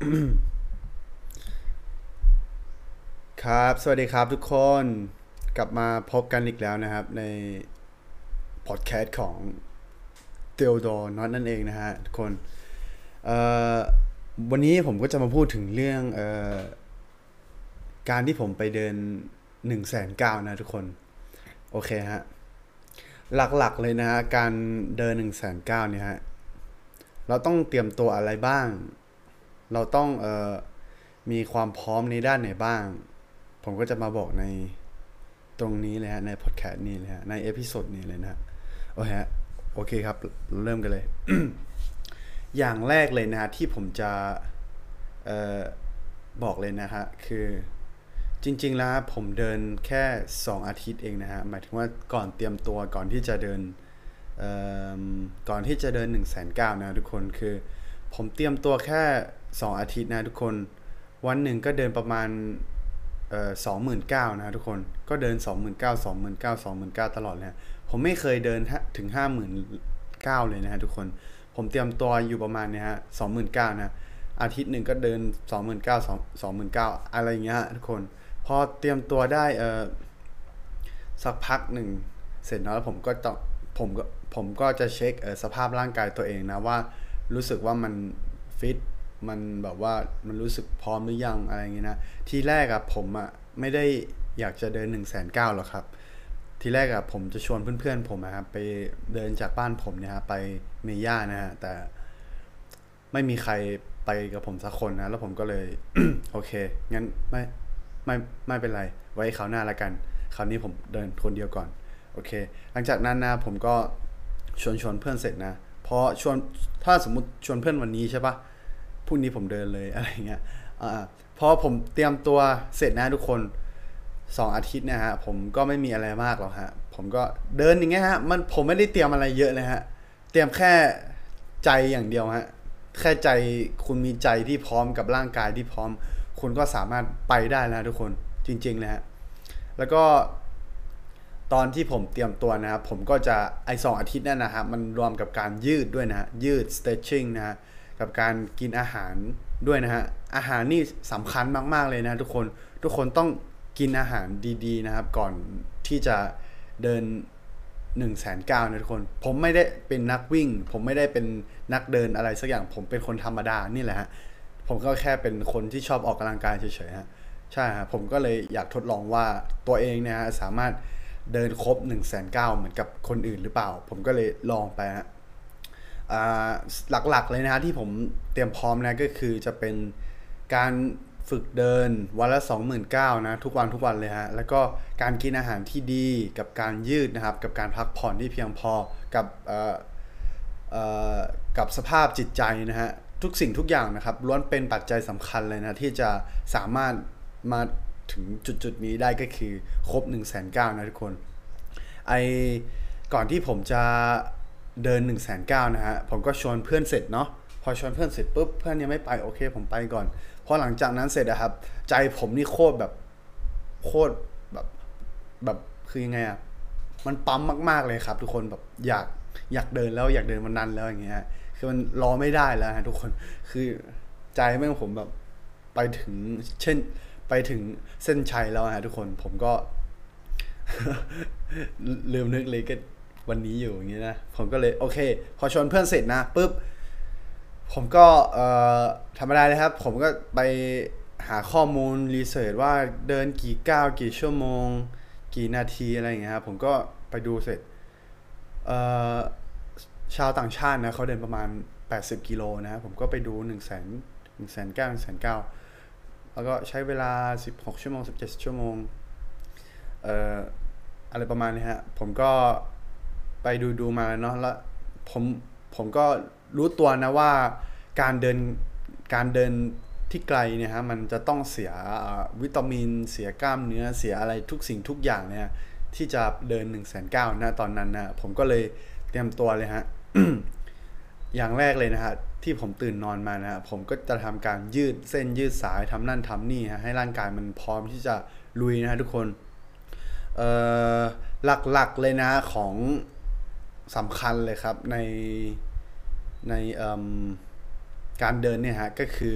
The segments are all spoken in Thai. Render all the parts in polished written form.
ครับสวัสดีครับทุกคนกลับมาพบกันอีกแล้วนะครับในพอดแคสต์ของเทโอดอร์น็อตนั่นเองนะฮะทุกคนเอ่อวันนี้ผมก็จะมาพูดถึงเรื่องการที่ผมไปเดิน100,009นะทุกคนโอเคฮะหลักๆเลยนะฮะการเดิน100,009เนี่ยฮะเราต้องเตรียมตัวอะไรบ้างเราต้องมีความพร้อมในด้านไหนบ้างผมก็จะมาบอกใน ตรงนี้เลยฮะในพอดแคสต์นี้เลยฮะในเอพิโซดนี้เลยนะฮะโอเคฮะโอเคครับเริ่มกันเลยอย่างแรกเลยนะฮะที่ผมจะเอ่อบอกเลยนะฮะคือจริงๆแล้วผมเดินแค่2 อาทิตย์เองนะฮะหมายถึงว่าก่อนเตรียมตัวก่อนที่จะเดินเอ่อก่อนที่จะเดิน100,009นะทุกคนคือผมเตรียมตัวแค่2 อาทิตย์นะทุกคนวันหนึ่งก็เดินประมาณ29,000นะทุกคนก็เดิน29,000 29,000 29,000ตลอดเลยผมไม่เคยเดินถึง59,000เลยนะฮะทุกคนผมเตรียมตัวอยู่ประมาณเนี้ยฮะ29,000นะอาทิตย์หนึ่งก็เดิน29,000 29,000อะไรอย่างเงี้ยทุกคนพอเตรียมตัวได้สักพักหนึ่งเสร็จแล้วผมก็ผมก็จะเช็คสภาพร่างกายตัวเองนะว่ารู้สึกว่ามันฟิตมันแบบว่ามันรู้สึกพร้อมหรือยังอะไรอย่างเงี้ยนะทีแรกอะผมอะไม่ได้อยากจะเดิน109,000หรอกครับทีแรกอะผมจะชวนเพื่อนๆผมนะครับไปเดินจากบ้านผมเนี่ยฮะไปเมย่านะฮะแต่ไม่มีใครไปกับผมสักคนนะแล้วผมก็เลยโอเคงั้นไม่ไม่เป็นไรไว้คราวหน้าละกันคราวนี้ผมเดินคนเดียวก่อนโอเคหลังจากนั้นนะผมก็ชวนเพื่อนเสร็จนะเพราะชวนถ้าสมมุติชวนเพื่อนวันนี้ใช่ปะพรุ่งนี้ผมเดินเลยอะไรเงี้ยพอผมเตรียมตัวเสร็จนะทุกคน2 อาทิตย์นะฮะผมก็ไม่มีอะไรมากหรอกฮะผมก็เดินอย่างเงี้ยฮะผมไม่ได้เตรียมอะไรเยอะเลยฮะเตรียมแค่ใจอย่างเดียวฮะแค่ใจคุณมีใจที่พร้อมกับร่างกายที่พร้อมคุณก็สามารถไปได้แล้วทุกคนจริงๆเลยฮะแล้วก็ตอนที่ผมเตรียมตัวนะครับผมก็จะ2 อาทิตย์นั่นนะครับมันรวมกับการยืดด้วยนะฮะยืด stretching นะฮะกับการกินอาหารด้วยนะฮะอาหารนี่สำคัญมากๆเลยนะทุกคนต้องกินอาหารดีๆนะครับก่อนที่จะเดิน109,000นะทุกคนผมไม่ได้เป็นนักวิ่งผมไม่ได้เป็นนักเดินอะไรสักอย่างผมเป็นคนธรรมดานี่แหละฮะผมก็แค่เป็นคนที่ชอบออกกำลังกายเฉยๆฮะใช่ฮะผมก็เลยอยากทดลองว่าตัวเองเนี่ยสามารถเดินครบ109,000เหมือนกับคนอื่นหรือเปล่าผมก็เลยลองไปฮะ หลักๆเลยนะฮะที่ผมเตรียมพร้อมนะก็คือจะเป็นการฝึกเดินวันละ29,000นะทุกวันเลยฮะแล้วก็การกินอาหารที่ดีกับการยืดนะครับกับการพักผ่อนที่เพียงพอกับเอ่อกับสภาพจิตใจนะฮะทุกสิ่งทุกอย่างนะครับล้วนเป็นปัจจัยสำคัญเลยนะที่จะสามารถมาถึงจุดนี้ได้ก็คือครบ109,000นะทุกคน ไอก่อนที่ผมจะเดิน109,000นะฮะผมก็ชวนเพื่อนเสร็จเนาะพอชวนเพื่อนเสร็จปุ๊บเพื่อนยังไม่ไปโอเคผมไปก่อนพอหลังจากนั้นเสร็จอะครับใจผมนี่โคตรแบบโคตรแบบแบบคือยังไงอะมันปั๊มมากๆเลยครับทุกคนแบบอยากเดินแล้วอยากเดินวันนั้นแล้วอย่างเงี้ยคือมันรอไม่ได้แล้วฮะทุกคนคือใจแม่งผมแบบไปถึงเช่นไปถึงเส้นชัยแล้วฮะทุกคนผมก็ ลืมนึกเลยก็วันนี้อยู่อย่างเงี้ยนะผมก็เลยโอเคพอชวนเพื่อนเสร็จนะปุ๊บผมก็ธรรมดาเลยครับผมก็ไปหาข้อมูลรีเสิร์ชว่าเดินกี่ก้าวกี่ชั่วโมงกี่นาทีอะไรอย่างเงี้ยครับผมก็ไปดูเสร็จเอ่อชาวต่างชาตินะเขาเดินประมาณ80 กิโลนะผมก็ไปดู109,000 109,000แล้วก็ใช้เวลา16 ชั่วโมง17 ชั่วโมงเอ่ออะไรประมาณนี้ฮะผมก็ ไปดูมาเนาะแล้วผมผมก็รู้ตัวนะว่าการเดินการเดินที่ไกลเนี่ยฮะมันจะต้องเสียวิตามินเสียกล้ามเนื้อเสียอะไรทุกสิ่งทุกอย่างเนี่ยที่จะเดิน109,000นะตอนนั้นนะผมก็เลยเตรียมตัวเลยฮะ อย่างแรกเลยนะฮะที่ผมตื่นนอนมานะฮะผมก็จะทำการยืดเส้นยืดสายทำนั่นทำนี่ฮะให้ร่างกายมันพร้อมที่จะลุยนะฮะทุกคนเอ่อหลักๆเลยนะของ สำคัญเลยครับในการเดินเนี่ยฮะก็คือ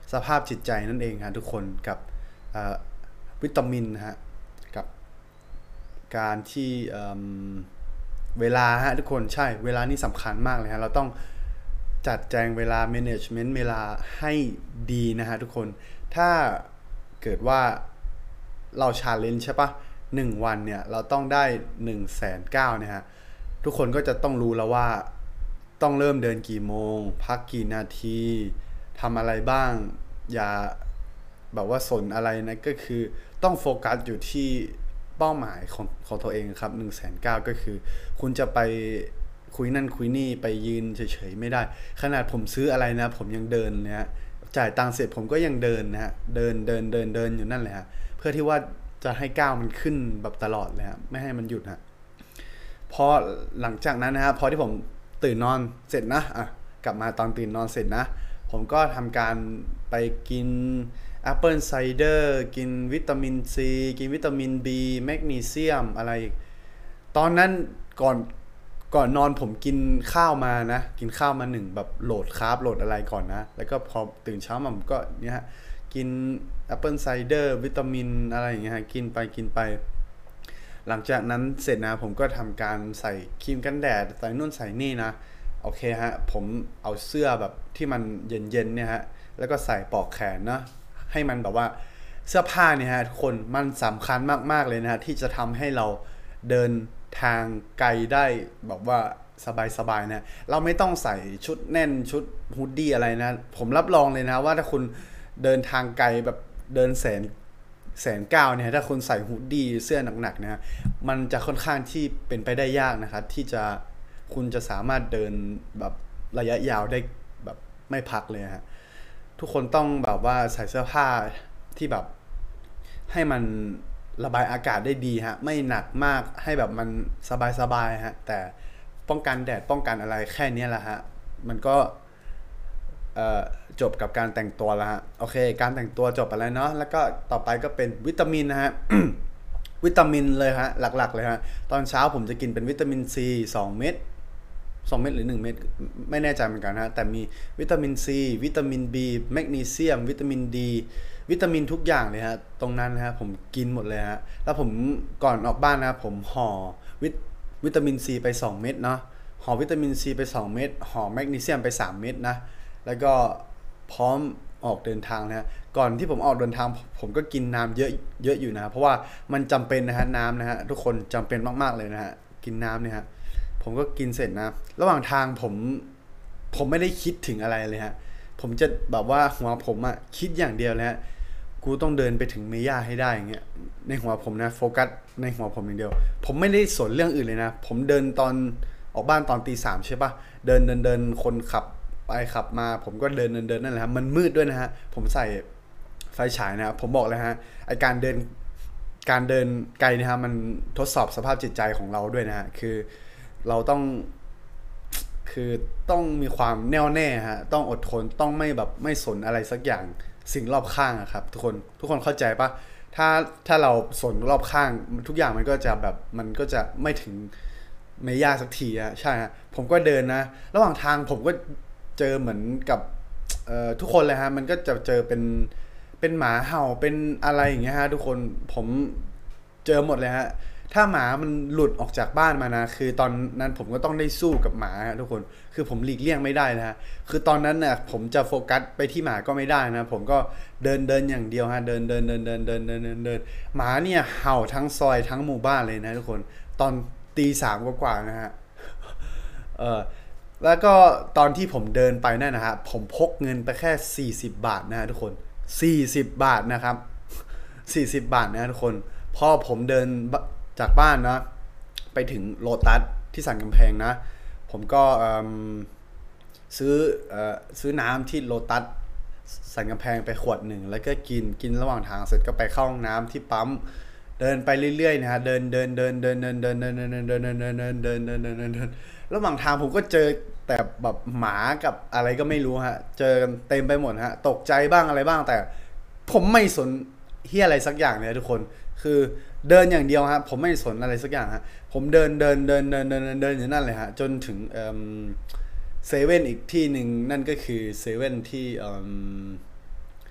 สภาพจิตใจนั่นเองฮะทุกคนกับวิตามินฮะกับการที่เวลาฮะทุกคนใช่เวลานี่สำคัญมากเลยฮะเราต้องจัดแจงเวลา management เวลาให้ดีนะฮะทุกคนถ้าเกิดว่าเรา challenge ใช่ปะ1 วันเนี่ยเราต้องได้ 1,900,000เนี่ยฮะทุกคนก็จะต้องรู้แล้วว่าต้องเริ่มเดินกี่โมงพักกี่นาทีทำอะไรบ้างอย่าแบบว่าสนอะไรนะก็คือต้องโฟกัสอยู่ที่เป้าหมายของตัวเองครับ 1,900,000ก็คือคุณจะไปคุยนั่นคุยนี่ไปยืนเฉยๆไม่ได้ขนาดผมซื้ออะไรนะผมยังเดินนะฮะจ่ายตังค์เสร็จผมก็ยังเดินนะฮะเดินอยู่นั่นแหละฮะเพื่อที่ว่าจะให้ก้าวมันขึ้นแบบตลอดเลยฮะไม่ให้มันหยุดฮะพอหลังจากนั้นนะฮะพอที่ผมตื่นนอนเสร็จนะกลับมาตอนตื่นนอนเสร็จนะผมก็ทำการไปกินแอปเปิลไซเดอร์กินวิตามินซีกินวิตามิน B แมกนีเซียมอะไรตอนนั้นก่อนนอนผมกินข้าวมานะกินข้าวมา1แบบโหลดคาร์บโหลดอะไรก่อนนะแล้วก็พอตื่นเช้ามาผมก็เนี่ยฮะกินแอปเปิลไซเดอร์วิตามินอะไรอย่างเงี้ยฮะกินไปหลังจากนั้นเสร็จนะผมก็ทำการใส่ครีมกันแดดใส่นู่นใส่นี่นะโอเคฮะผมเอาเสื้อแบบที่มันเย็นๆเนี่ยฮะแล้วก็ใส่ปลอกแขนนะให้มันแบบว่าเสื้อผ้าเนี่ยฮะทุกคนมันสำคัญมากๆเลยนะฮะที่จะทำให้เราเดินทางไกลได้แบบว่าสบายๆนะเราไม่ต้องใส่ชุดแน่นชุดฮูดดี้อะไรนะผมรับรองเลยนะว่าถ้าคุณเดินทางไกลแบบเดิน1,900,000เนี่ยถ้าคุณใส่ฮูดดี้เสื้อหนักๆนะมันจะค่อนข้างที่เป็นไปได้ยากนะครับที่จะคุณจะสามารถเดินแบบระยะยาวได้แบบไม่พักเลยฮะทุกคนต้องแบบว่าใส่เสื้อผ้าที่แบบให้มันระบายอากาศได้ดีฮะไม่หนักมากให้แบบมันสบายๆฮะแต่ป้องกันแดดป้องกันอะไรแค่นี้แหละฮะมันก็จบกับการแต่งตัวแล้วฮะโอเคการแต่งตัวจบไปแล้วเนาะแล้วก็ต่อไปก็เป็นวิตามินนะฮะ วิตามินเลยฮะหลักๆเลยฮะตอนเช้าผมจะกินเป็นวิตามินซี2 เม็ด2 เม็ดหรือ1 เม็ดไม่แน่ใจเหมือนกันฮะแต่มีวิตามินซีวิตามิน B แมกนีเซียมวิตามิน D วิตามินทุกอย่างเลยฮะตรงนั้นนะฮะผมกินหมดเลยฮะแล้วผมก่อนออกบ้านนะผมห่อวิตามินซีไป2 เม็ดเนาะห่อวิตามินซีไป2 เม็ดห่อแมกนีเซียมไป3 เม็ดนะแล้วก็พร้อมออกเดินทางนะก่อนที่ผมออกเดินทางผมก็กินน้ำเยอะอยู่นะเพราะว่ามันจำเป็นนะฮะน้ำนะฮะทุกคนจำเป็นมากๆเลยนะฮะกินน้ำเนี่ยฮะผมก็กินเสร็จนะระหว่างทางผมไม่ได้คิดถึงอะไรเลยฮะผมจะแบบว่าหัวผมอะคิดอย่างเดียวเลยฮะกูต้องเดินไปถึงเมย่าให้ได้อย่างเงี้ยในหัวผมนะโฟกัสในหัวผมอย่างเดียวผมไม่ได้สนเรื่องอื่นเลยนะผมเดินตอนออกบ้านตอนตี 3ใช่ปะเดินคนขับไปขับมาผมก็เดินนั่นแหละฮะมันมืดด้วยนะฮะผมใส่ไฟฉายนะผมบอกเลยฮะไอการเดินไกลนะฮะมันทดสอบสภาพจิตใจของเราด้วยนะฮะคือเราต้องมีความแน่วแน่ฮะต้องอดทนต้องไม่สนอะไรสักอย่างสิ่งรอบข้างครับทุกคนเข้าใจปะถ้าเราสนรอบข้างทุกอย่างมันก็จะไม่ถึงเมย่าสักทีอะใช่ฮะผมก็เดินนะระหว่างทางผมก็เจอเหมือนกับทุกคนเลยฮะมันก็จะเจอเป็นหมาเห่าเป็นอะไรอย่างเงี้ยฮะทุกคนผมเจอหมดเลยฮะถ้าหมามันหลุดออกจากบ้านมานะคือตอนนั้นผมก็ต้องได้สู้กับหมาทุกคนคือผมหลีกเลี่ยงไม่ได้นะฮะคือตอนนั้นน่ะผมจะโฟกัสไปที่หมาก็ไม่ได้นะผมก็เดินอย่างเดียวฮะเดินหมาเนี่ยเห่าทั้งซอยทั้งหมู่บ้านเลยนะทุกคนตอนตี 3กว่านะฮะแล้วก็ตอนที่ผมเดินไปนั่นนะฮะผมพกเงินไปแค่40 บาทนะฮะทุกคน40 บาทนะครับ40 บาทนะทุกคนพอผมเดินจากบ้านนะไปถึงโลตัสที่สันกำแพงนะผมก็ซื้อน้ำที่โลตัสสันกำแพงไปขวด1แล้วก็กินระหว่างทางเสร็จก็ไปเข้าห้องน้ำที่ปั๊มเดินไปเรื่อยๆนะฮะเดินระหว่างทางผมก็เจอแต่แบบหมากับอะไรก็ไม่รู้ฮะเจอกันเต็มไปหมดฮะตกใจบ้างอะไรบ้างแต่ผมไม่สนเฮียอะไรสักอย่างเลยทุกคนคือเดินอย่างเดียวฮะผมไม่สนอะไรสักอย่างฮะผมเดินอยู่นั่นเลยฮะจนถึงเซเว่นอีกที่หนึ่งนั่นก็คือเซเว่นที่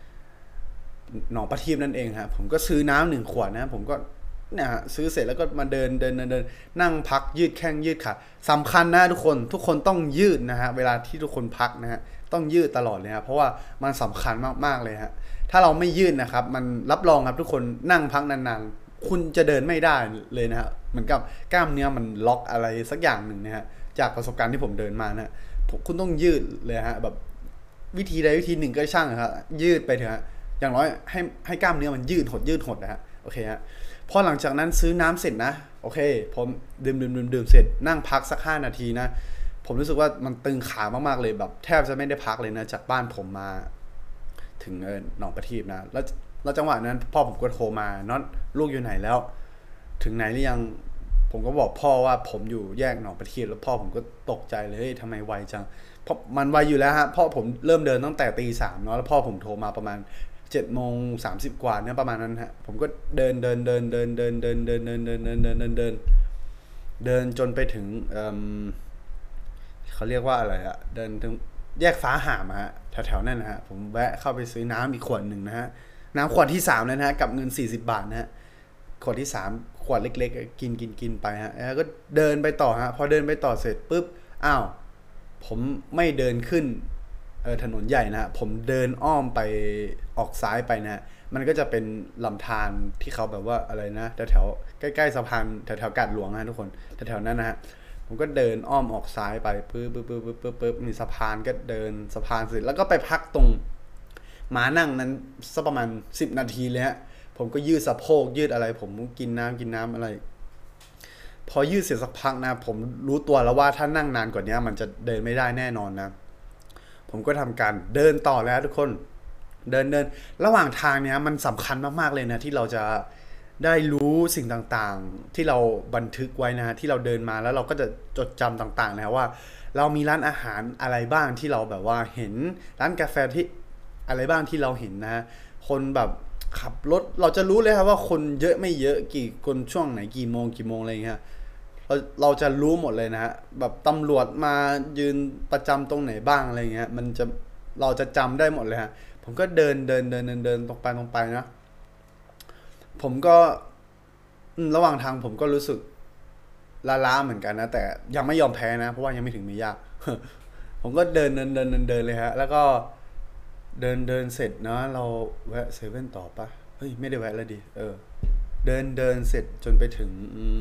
หนองประทีปนั่นเองฮะผมก็ซื้อน้ำ1 ขวดนะผมก็เนี่ยฮะซื้อเสร็จแล้วก็มาเดินนั่งพักยืดแข้งยืดขาสำคัญนะทุกคนต้องยืดนะฮะเวลาที่ทุกคนพักนะฮะต้องยืดตลอดเลยครับเพราะว่ามันสำคัญมากๆเลยฮะถ้าเราไม่ยืดนะครับมันรับรองครับทุกคนนั่งพักนานๆคุณจะเดินไม่ได้เลยนะฮะเหมือนกับกล้ามเนื้อมันล็อกอะไรสักอย่างหนึ่งนะฮะจากประสบการณ์ที่ผมเดินมานะคุณต้องยืดเลยฮะแบบวิธีใดวิธีหนึ่งก็ช่างครับยืดไปเถอะอย่างน้อยให้กล้ามเนื้อมันยืดหดนะฮะโอเคฮะพอหลังจากนั้นซื้อน้ำเสร็จนะโอเคผมดื่มเสร็จนั่งพักสัก5 นาทีนะผมรู้สึกว่ามันตึงขามากๆเลยแบบแทบจะไม่ได้พักเลยนะจากบ้านผมมาถึงหนองประทีปนะแล้วจังหวะนั้นพ่อผมก็โทรมาน็อตลูกอยู่ไหนแล้วถึงไหนหรือยังผมก็บอกพ่อว่าผมอยู่แยกหนองประทีปแล้วพ่อผมก็ตกใจเลยเฮ้ยทำไมไวจังเพราะมันไวอยู่แล้วฮะพ่อผมเริ่มเดินตั้งแต่ตี 3เนาะแล้วพ่อผมโทรมาประมาณ7:30กว่าเนี่ยประมาณนั้นฮะผมก็เดินจนไปถึงเขาเรียกว่าอะไรอะเดินถึงแยกฟ้าหามฮะแถวๆนั่นนะฮะผมแวะเข้าไปซื้อน้ำอีกขวดหนึ่งนะฮะน้ำขวดที่3เลยนะฮะกับเงิน40 บาทนะฮะขวดที่3ขวดเล็กๆกินไปฮะแล้วก็เดินไปต่อฮะพอเดินไปต่อเสร็จปุ๊บอ้าวผมไม่เดินขึ้นถนนใหญ่นะฮะผมเดินอ้อมไปออกซ้ายไปนะมันก็จะเป็นลำธารที่เขาแบบว่าอะไรนะแถวใกล้ๆสะพานแถวกาดหลวงนะทุกคนแถวนั้นนะฮะผมก็เดินอ้อมออกซ้ายไปปึ๊บมีสะพานก็เดินสะพานเสร็จแล้วก็ไปพักตรงม้านั่งนั้นสักประมาณ10 นาทีเลยฮะผมก็ยืดสะโพกยืดอะไรผมกินน้ำอะไรพอยืดเสร็จสักพักนะผมรู้ตัวแล้วว่าถ้านั่งนานกว่านี้มันจะเดินไม่ได้แน่นอนนะผมก็ทำการเดินต่อแล้วทุกคนเดินระหว่างทางเนี้ยมันสำคัญมากๆเลยนะที่เราจะได้รู้สิ่งต่างๆที่เราบันทึกไว้นะที่เราเดินมาแล้วเราก็จะจดจำต่างๆนะว่าเรามีร้านอาหารอะไรบ้างที่เราแบบว่าเห็นร้านกาแฟที่อะไรบ้างที่เราเห็นนะคนแบบขับรถเราจะรู้เลยครับว่าคนเยอะไม่เยอะกี่คนช่วงไหนกี่โมงอะไรอย่างเงี้ยเราจะรู้หมดเลยนะฮะแบบตำรวจมายืนประจำตรงไหนบ้างอะไรเงี้ยเราจะจำได้หมดเลยฮะผมก็เดินตรงไปนะผมก็ระหว่างทางผมก็รู้สึกล้าเหมือนกันนะแต่ยังไม่ยอมแพ้นะเพราะว่ายังไม่ถึงเมย่า ผมก็เดินเลยฮะแล้วก็เดินเสร็จนะเราแวะเซเว่นต่อปะเฮ้ยไม่ได้แวะแล้วดิเดินเสร็จจนไปถึง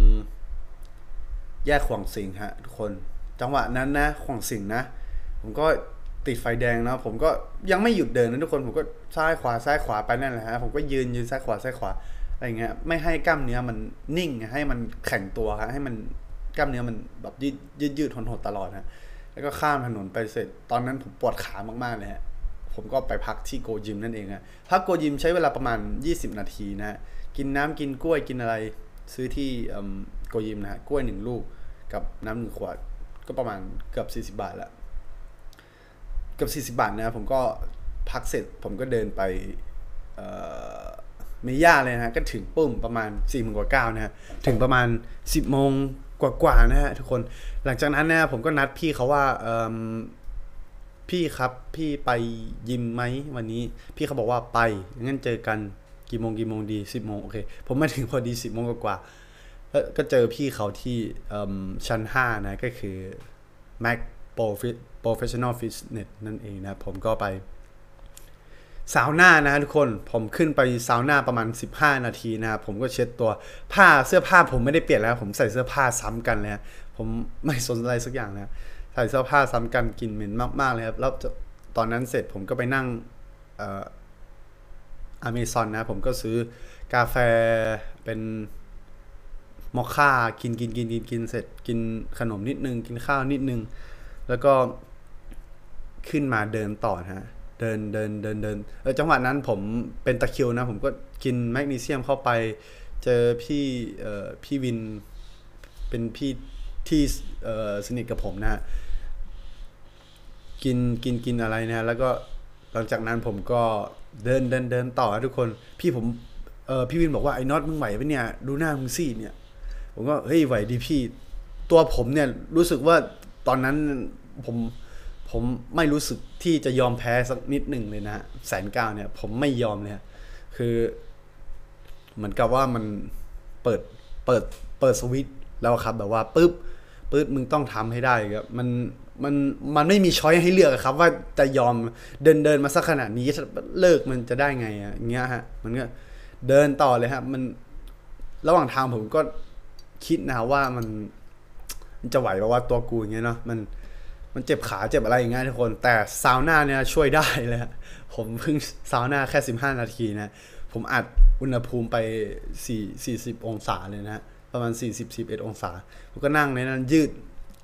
แยกขวางสิงฮะทุกคนจังหวะนั้นนะขวางสิงนะผมก็ติดไฟแดงนะผมก็ยังไม่หยุดเดินนะทุกคนผมก็ซ้ายขวาไปนั่นแหละฮะผมก็ยืนซ้ายขวาอะไรเงี้ยไม่ให้กล้ามเนื้อมันนิ่งให้มันแข็งตัวฮะให้มันกล้ามเนื้อมันแบบยืดหดตลอดฮะแล้วก็ข้ามถนนไปเสร็จตอนนั้นผมปวดขามากๆเลยฮะผมก็ไปพักที่โกยิมนั่นเองฮะพักโกยิมใช้เวลาประมาณ20 นาทีนะกินน้ำกินกล้วยกินอะไรซื้อที่โกยิมนะฮะกล้วย1 ลูกกับน้ำ1 ขวดก็ประมาณเกือบ40 บาทละเกือบ40 บาทนะผมก็พักเสร็จผมก็เดินไปเมย่าเลยนะฮะก็ถึงปุ่มประมาณ4:09นะฮะถึงประมาณ10 โมงกว่านะฮะทุกคนหลังจากนั้นนะผมก็นัดพี่เขาว่าพี่ครับพี่ไปยิมไหมวันนี้พี่เขาบอกว่าไปงั้นเจอกันกี่โมงดี10 โมงโอเคผมมาถึงพอดี10 โมงกว่าก็เจอพี่เขาที่ชั้น5นะก็คือ Mac Professional Fitness นั่นเองนะผมก็ไปซาวน่านะทุกคนผมขึ้นไปซาวน่าประมาณ15 นาทีนะผมก็เช็ดตัวเสื้อผ้าผมไม่ได้เปลี่ยนแล้วผมใส่เสื้อผ้าซ้ำกันเลยผมไม่สนอะไรสักอย่างนะใส่เสื้อผ้าซ้ำกันกลิ่นเหม็นมากๆเลยครับแล้วตอนนั้นเสร็จผมก็ไปนั่งAmazon นะผมก็ซื้อกาแฟเป็นมอคค่ากินเสร็จกินขนมนิดนึงกินข้าวนิดนึงแล้วก็ขึ้นมาเดินต่อฮะเดินจังหวะนั้นผมเป็นตะคริวนะผมก็กินแมกนีเซียมเข้าไปเจอพี่วินเป็นพี่ที่สนิทกับผมนะฮะกินอะไรนะแล้วก็หลังจากนั้นผมก็เดินต่อทุกคนพี่วินบอกว่าไอ้น็อตมึงไหวปะเนี่ยดูหน้ามึงซีดเนี่ยผมก็เฮ้ยไหวดิพี่ตัวผมเนี่ยรู้สึกว่าตอนนั้นผมไม่รู้สึกที่จะยอมแพ้สักนิดหนึ่งเลยนะฮะ109,000เนี่ยผมไม่ยอมเลยคือเหมือนกับว่ามันเปิดเปิดเปิดสวิตช์แล้วครับแบบว่าปึ๊บมึงต้องทำให้ได้ครับมันมันไม่มีช้อยให้เลือกครับว่าจะยอมเดินมาสักขนาดนี้เลิกมันจะได้ไงอย่างเงี้ยฮะมันก็เดินต่อเลยครับมันระหว่างทางผมก็คิดนะว่ามันจะไหวป่าวว่าตัวกูอย่างเงี้ยเนาะมันเจ็บขาเจ็บอะไรอย่างเงี้ยทุกคนแต่ซาวน่าเนี่ยช่วยได้เลยผมเพิ่งซาวน่าแค่15 นาทีนะผมอัดอุณหภูมิไป40 องศาเลยนะประมาณ41 องศาผมก็นั่งในนั้นยืด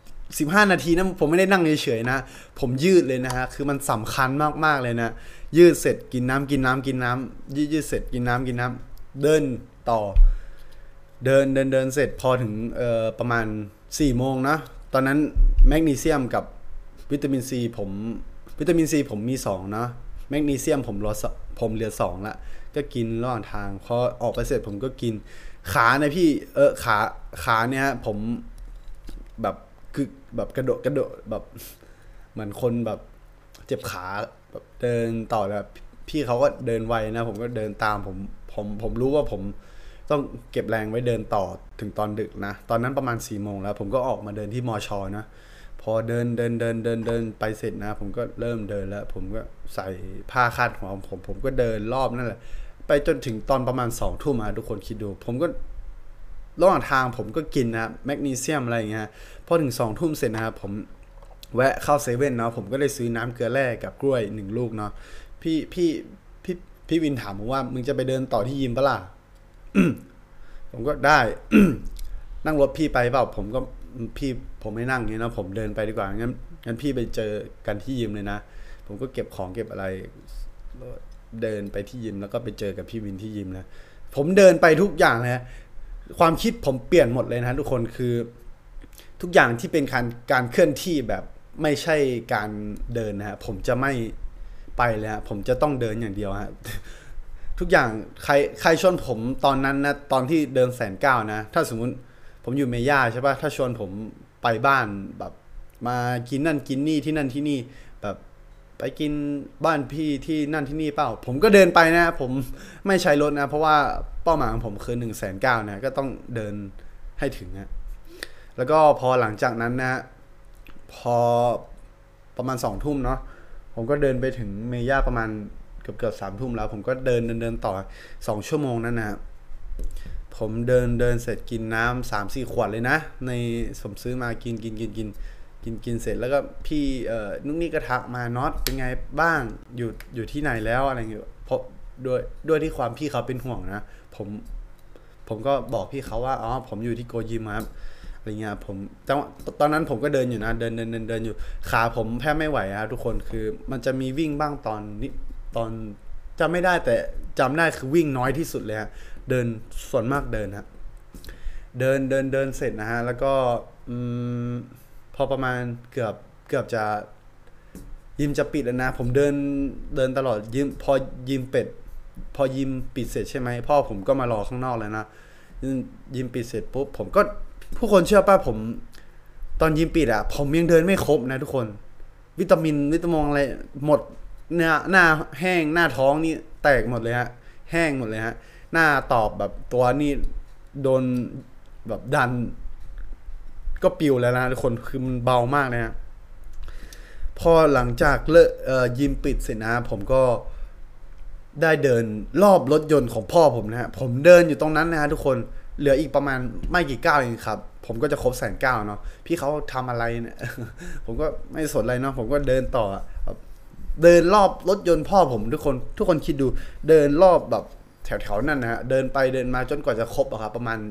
15 นาทีนะผมไม่ได้นั่งเฉยๆนะผมยืดเลยนะฮะคือมันสำคัญมากๆเลยนะยืดเสร็จกินน้ำยืดเสร็จกินน้ำเดินต่อเดินเสร็จพอถึงประมาณ4 โมงนะตอนนั้นแมกนีเซียมกับวิตามินซีผมมี2นะแมกนีเซียมผมเหลือ2ละก็กินระหว่างทางพอออกไปเสร็จผมก็กินขาเนี่ยพี่ขาเนี่ยผมแบบคือแบบกระโดดแบบเหมือนคนแบบเจ็บขาแบบเดินต่อแบบพี่เขาก็เดินไวนะผมก็เดินตามผมรู้ว่าผมต้องเก็บแรงไว้เดินต่อถึงตอนดึกนะตอนนั้นประมาณ4 โมงแล้วผมก็ออกมาเดินที่มอชอนะพอเดินไปเสร็จนะผมก็เริ่มเดินแล้วผมก็ใส่ผ้าคาดหัวผมก็เดินรอบนั่นแหละไปจนถึงตอนประมาณ2 ทุ่มทุกคนคิดดูผมก็ระหว่างทางผมก็กินนะแมกนีเซียมอะไรอย่างเงี้ยพอถึง2 ทุ่มเสร็จนะครับผมแวะเข้าเซเว่นเนาะผมก็ได้ซื้อน้ำเกลือแร่กับกล้วย1 ลูกเนาะพี่วินถามผมว่ามึงจะไปเดินต่อที่ยิมปะล่ะ ผมก็ได้ นั่งรถพี่ไปเปล่าผมไม่นั่งงี้นะผมเดินไปดีกว่างั้นพี่ไปเจอกันที่ยิมเลยนะผมก็เก็บของเก็บอะไรเดินไปที่ยิมแล้วก็ไปเจอกับพี่วินที่ยิมนะผมเดินไปทุกอย่างเลยความคิดผมเปลี่ยนหมดเลยนะทุกคนคือทุกอย่างที่เป็นการเคลื่อนที่แบบไม่ใช่การเดินนะฮะผมจะไม่ไปเลยฮะผมจะต้องเดินอย่างเดียวฮะทุกอย่างใครชวนผมตอนนั้นนะตอนที่เดิน109,000นะถ้าสมมุติผมอยู่เมย่าใช่ป่ะถ้าชวนผมไปบ้านแบบมากินนั่นกินนี่ที่นั่นที่นี่แบบไปกินบ้านพี่ที่นั่นที่นี่เปล่าผมก็เดินไปนะผมไม่ใช้รถนะเพราะว่าเป้าหมายของผมคือ109,000นะก็ต้องเดินให้ถึงนะแล้วก็พอหลังจากนั้นนะพอประมาณ2 ทุ่มเนาะผมก็เดินไปถึงเมย่าประมาณเกือบ3 ทุ่มแล้วผมก็เดินต่อ2 ชั่วโมงนั่นนะผมเดินเสร็จกินน้ำ3-4 ขวดเลยนะในผมซื้อมากินเสร็จแล้วก็พี่นุ๊กนี่ก็ทักมาน็อตเป็นไงบ้างอยู่ที่ไหนแล้วอะไรเงี้ยเพราะด้วยที่ความพี่เขาเป็นห่วงนะผมก็บอกพี่เขาว่าอ๋อผมอยู่ที่โกยิมครับอะไรเงี้ยผมตอนนั้นผมก็เดินอยู่นะเดินอยู่ขาผมแทบไม่ไหวครับทุกคนคือมันจะมีวิ่งบ้างตอนจำไม่ได้แต่จำได้คือวิ่งน้อยที่สุดเลยฮะเดินส่วนมากเดินฮะเดินเสร็จนะฮะแล้วก็พอประมาณเกือบจะยิมจะปิดแล้วนะผมเดินตลอดยิมพอยิมปิดเสร็จใช่ไหมพ่อผมก็มารอข้างนอกเลยนะยิมปิดเสร็จปุ๊บผมก็ผู้คนเชื่อป่ะผมตอนยิมปิดผมยังเดินไม่ครบนะทุกคนวิตามินอะไรหมดหน้าแห้งหน้าท้องนี่แตกหมดเลยฮะแห้งหมดเลยฮะหน้าตอบแบบตัวนี่โดนแบบดันก็ปิวแล้วนะทุกคนคือมันเบามากเลยฮะพอหลังจากยิมปิดเสร็จนะผมก็ได้เดินรอบรถยนต์ของพ่อผมนะฮะผมเดินอยู่ตรงนั้นนะฮะทุกคนเหลืออีกประมาณไม่กี่ก้าวเองครับผมก็จะครบ109,000เนาะพี่เขาทำอะไรเนี่ย ผมก็ไม่สนอะไรเนาะผมก็เดินต่อเดินรอบรถยนต์พ่อผมทุกคนคิดดูเดินรอบแบบแถวนั่นนะฮะเดินไปเดินมาจนกว่าจะครบครับประมาณ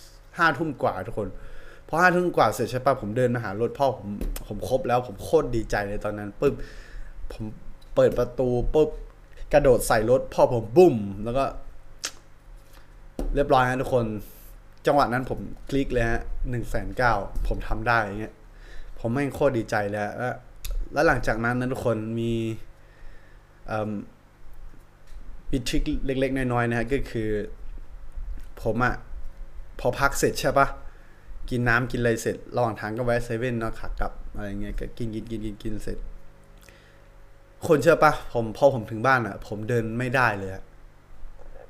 5 ทุ่มกว่าทุกคนพอ5 ทุ่มกว่าเสร็จใช่ป่ะผมเดินมาหารถพ่อผมครบแล้วผมโคตรดีใจเลยตอนนั้นปึ๊บผมเปิดประตูปึ๊บกระโดดใส่รถพ่อผมบุ้มแล้วก็เรียบร้อยฮะทุกคนจังหวะนั้นผมคลิกเลยฮะ109,000ผมทำได้อย่างเงี้ยผมไม่โคตรดีใจแล้วหลังจากนั้นทุกคนมีทริคเล็กๆน้อยๆนะฮะก็คือผมพอพักเสร็จใช่ปะกินน้ำกินอะไรเสร็จระหว่างทางก็แวะเซเว่นเนาะขากลับอะไรเงี้ยก็กินเสร็จคนเชื่อปะพอผมถึงบ้านผมเดินไม่ได้เลย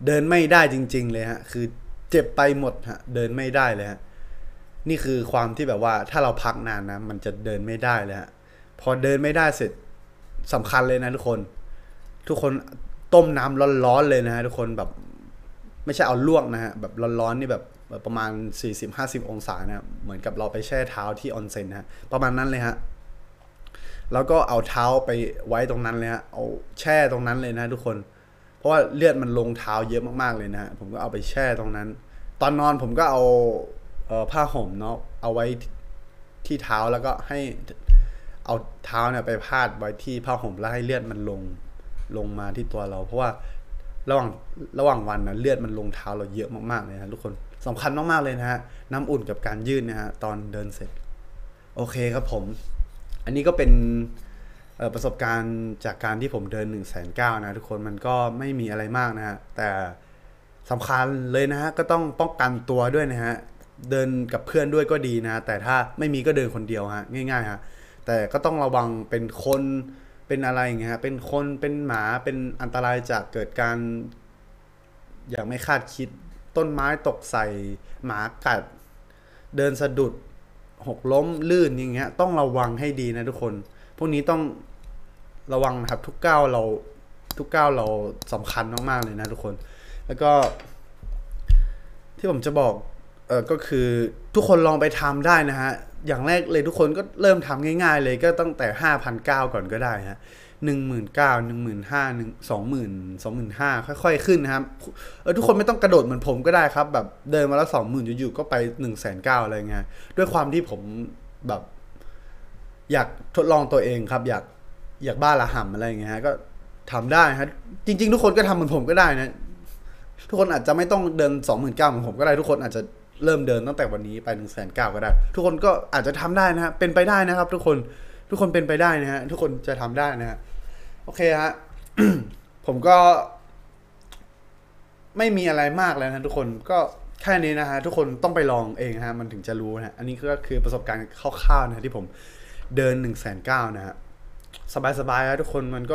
เดินไม่ได้จริงๆเลยฮะคือเจ็บไปหมดฮะเดินไม่ได้เลยฮะนี่คือความที่แบบว่าถ้าเราพักนานนะมันจะเดินไม่ได้เลยฮะพอเดินไม่ได้เสร็จสำคัญเลยนะทุกคนต้มน้ำร้อนๆเลยนะฮะทุกคนแบบไม่ใช่เอาลวกนะฮะแบบร้อนๆนี่แบบประมาณ40-50องศานะเหมือนกับเราไปแช่เท้าที่ออนเซ็นนะฮะประมาณนั้นเลยฮะแล้วก็เอาเท้าไปไว้ตรงนั้นเลยฮะเอาแช่ตรงนั้นเลยนะทุกคนเพราะว่าเลือดมันลงเท้าเยอะมากๆเลยนะฮะผมก็เอาไปแช่ตรงนั้นตอนนอนผมก็เอาผ้าห่มเนาะเอาไว้ที่เท้าแล้วก็ให้เอาเท้าเนี่ยไปพาดไว้ที่ผ้าห่มแล้วให้เลือดมันลงมาที่ตัวเราเพราะว่าระหว่างวันนะเลือดมันลงเท้าเราเยอะมากๆเลยนะทุกคนสำคัญมากๆเลยนะฮะน้ำอุ่นกับการยืดนะฮะตอนเดินเสร็จโอเคครับผมอันนี้ก็เป็นประสบการณ์จากการที่ผมเดิน1,900,000นะทุกคนมันก็ไม่มีอะไรมากนะฮะแต่สำคัญเลยนะฮะก็ต้องป้องกันตัวด้วยนะฮะเดินกับเพื่อนด้วยก็ดีนะแต่ถ้าไม่มีก็เดินคนเดียวฮะง่ายๆฮะแต่ก็ต้องระวังเป็นคนเป็นอะไรอย่างเงี้ยฮะเป็นคนเป็นหมาเป็นอันตรายจากเกิดการอย่างไม่คาดคิดต้นไม้ตกใส่หมากัดเดินสะดุดหกล้มลื่นอย่างเงี้ยต้องระวังให้ดีนะทุกคนพวกนี้ต้องระวังครับทุกก้าวเราสำคัญมากๆเลยนะทุกคนแล้วก็ที่ผมจะบอกก็คือทุกคนลองไปทำได้นะฮะอย่างแรกเลยทุกคนก็เริ่มทำง่ายๆเลยก็ตั้งแต่ 5,900 ก่อนก็ได้ฮะ19,000 15,000 20,000 ค่อยๆขึ้นนะครับทุกคนไม่ต้องกระโดดเหมือนผมก็ได้ครับแบบเดินมาแล้ว 20,000 อยู่ๆก็ไป 1,900,000 อะไรเงี้ยด้วยความที่ผมแบบอยากทดลองตัวเองครับอยากบ้าระห่ำอะไรอย่างเงี้ยก็ทำได้ฮะจริงๆทุกคนก็ทำเหมือนผมก็ได้นะทุกคนอาจจะไม่ต้องเดิน 29,000 เหมือนผมก็ได้ทุกคนอาจจะเริ่มเดินตั้งแต่วันนี้ไป 1,900,000 ก็ได้ทุกคนก็อาจจะทำได้นะฮะเป็นไปได้นะครับทุกคนเป็นไปได้นะฮะทุกคนจะทำได้นะฮะโอเคฮะ ผมก็ไม่มีอะไรมากแล้วนะทุกคนก็แค่นี้นะฮะทุกคนต้องไปลองเองฮะมันถึงจะรู้นะฮะอันนี้ก็คือประสบการณ์คร่าวๆนะที่ผมเดิน 1,900,000 นะฮะสบายๆนะทุกคนมันก็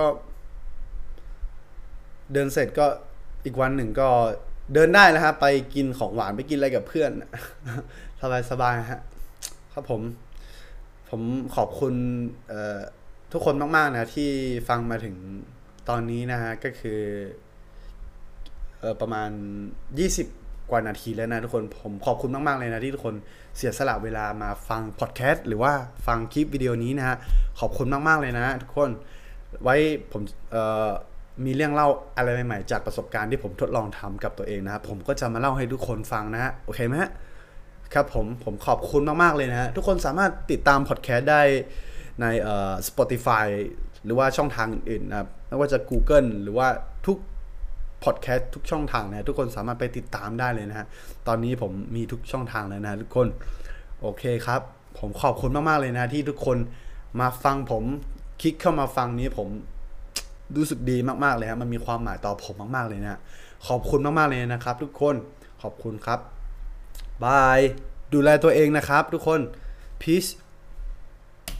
เดินเสร็จก็อีกวันหนึ่งก็เดินได้แล้วฮะไปกินของหวานไปกินอะไรกับเพื่อน สบายๆฮะครับผมขอบคุณทุกคนมากๆนะที่ฟังมาถึงตอนนี้นะฮะก็คือประมาณ20 กว่านาทีแล้วนะทุกคนผมขอบคุณมากๆเลยนะที่ทุกคนเสียสละเวลามาฟังพอดแคสต์หรือว่าฟังคลิปวิดีโอนี้นะฮะขอบคุณมากๆเลยนะทุกคนไว้ผมมีเรื่องเล่าอะไรใหม่ๆจากประสบการณ์ที่ผมทดลองทำกับตัวเองนะครับผมก็จะมาเล่าให้ทุกคนฟังนะฮะโอเคไหมฮะครับผมขอบคุณมากๆเลยนะฮะทุกคนสามารถติดตามพอดแคสต์ได้ในSpotify หรือว่าช่องทางอื่นนะครับไม่ว่าจะ Google หรือว่าทุกพอดแคสต์ทุกช่องทางนะทุกคนสามารถไปติดตามได้เลยนะฮะตอนนี้ผมมีทุกช่องทางแล้วนะทุกคนโอเคครับผมขอบคุณมากๆเลยนะที่ทุกคนมาฟังผมคลิกเข้ามาฟังนี้ผมรู้สึกดีมากๆเลยฮะมันมีความหมายต่อผมมากๆเลยนะขอบคุณมากๆเลยนะครับทุกคนขอบคุณครับบายดูแลตัวเองนะครับทุกคน peace